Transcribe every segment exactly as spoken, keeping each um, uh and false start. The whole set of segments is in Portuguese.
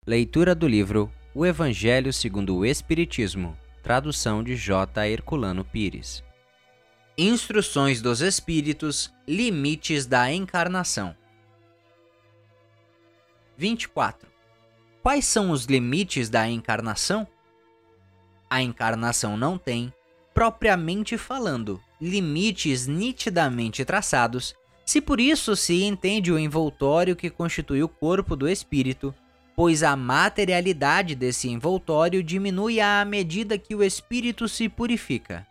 Leitura do livro O Evangelho segundo o Espiritismo, tradução de J. Herculano Pires. Instruções dos Espíritos, limites da encarnação. vinte e quatro. Quais são os limites da encarnação? A encarnação não tem, propriamente falando, limites nitidamente traçados, se por isso se entende o envoltório que constitui o corpo do espírito, pois a materialidade desse envoltório diminui à medida que o espírito se purifica.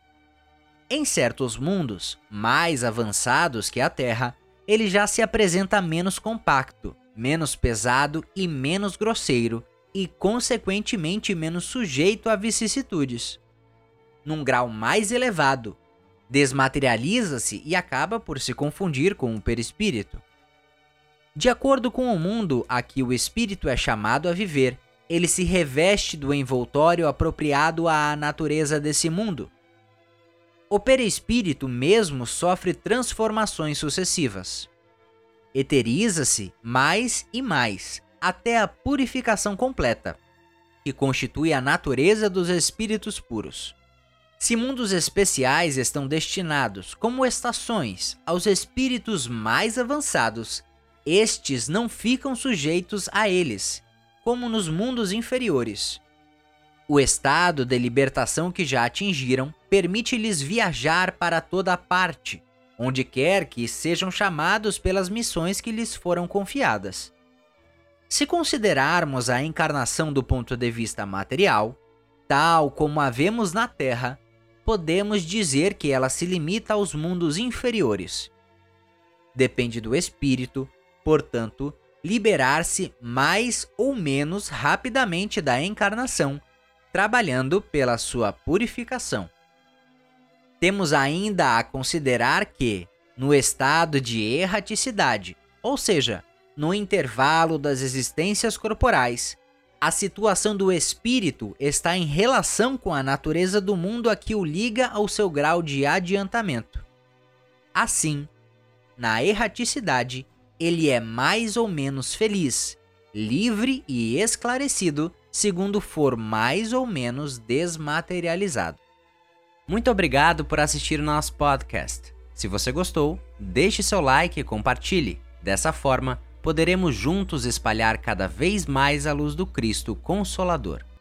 Em certos mundos, mais avançados que a Terra, ele já se apresenta menos compacto, menos pesado e menos grosseiro, e consequentemente menos sujeito a vicissitudes. Num grau mais elevado, desmaterializa-se e acaba por se confundir com o perispírito. De acordo com o mundo a que o espírito é chamado a viver, ele se reveste do envoltório apropriado à natureza desse mundo. O perispírito mesmo sofre transformações sucessivas. Eteriza-se mais e mais, até a purificação completa, que constitui a natureza dos espíritos puros. Se mundos especiais estão destinados, como estações, aos espíritos mais avançados, estes não ficam sujeitos a eles, como nos mundos inferiores. O estado de libertação que já atingiram permite-lhes viajar para toda parte, onde quer que sejam chamados pelas missões que lhes foram confiadas. Se considerarmos a encarnação do ponto de vista material, tal como a vemos na Terra, podemos dizer que ela se limita aos mundos inferiores. Depende do espírito, portanto, liberar-se mais ou menos rapidamente da encarnação, trabalhando pela sua purificação. Temos ainda a considerar que, no estado de erraticidade, ou seja, no intervalo das existências corporais, a situação do espírito está em relação com a natureza do mundo a que o liga ao seu grau de adiantamento. Assim, na erraticidade, ele é mais ou menos feliz, livre e esclarecido, segundo for mais ou menos desmaterializado. Muito obrigado por assistir o nosso podcast. Se você gostou, deixe seu like e compartilhe. Dessa forma, poderemos juntos espalhar cada vez mais a luz do Cristo Consolador.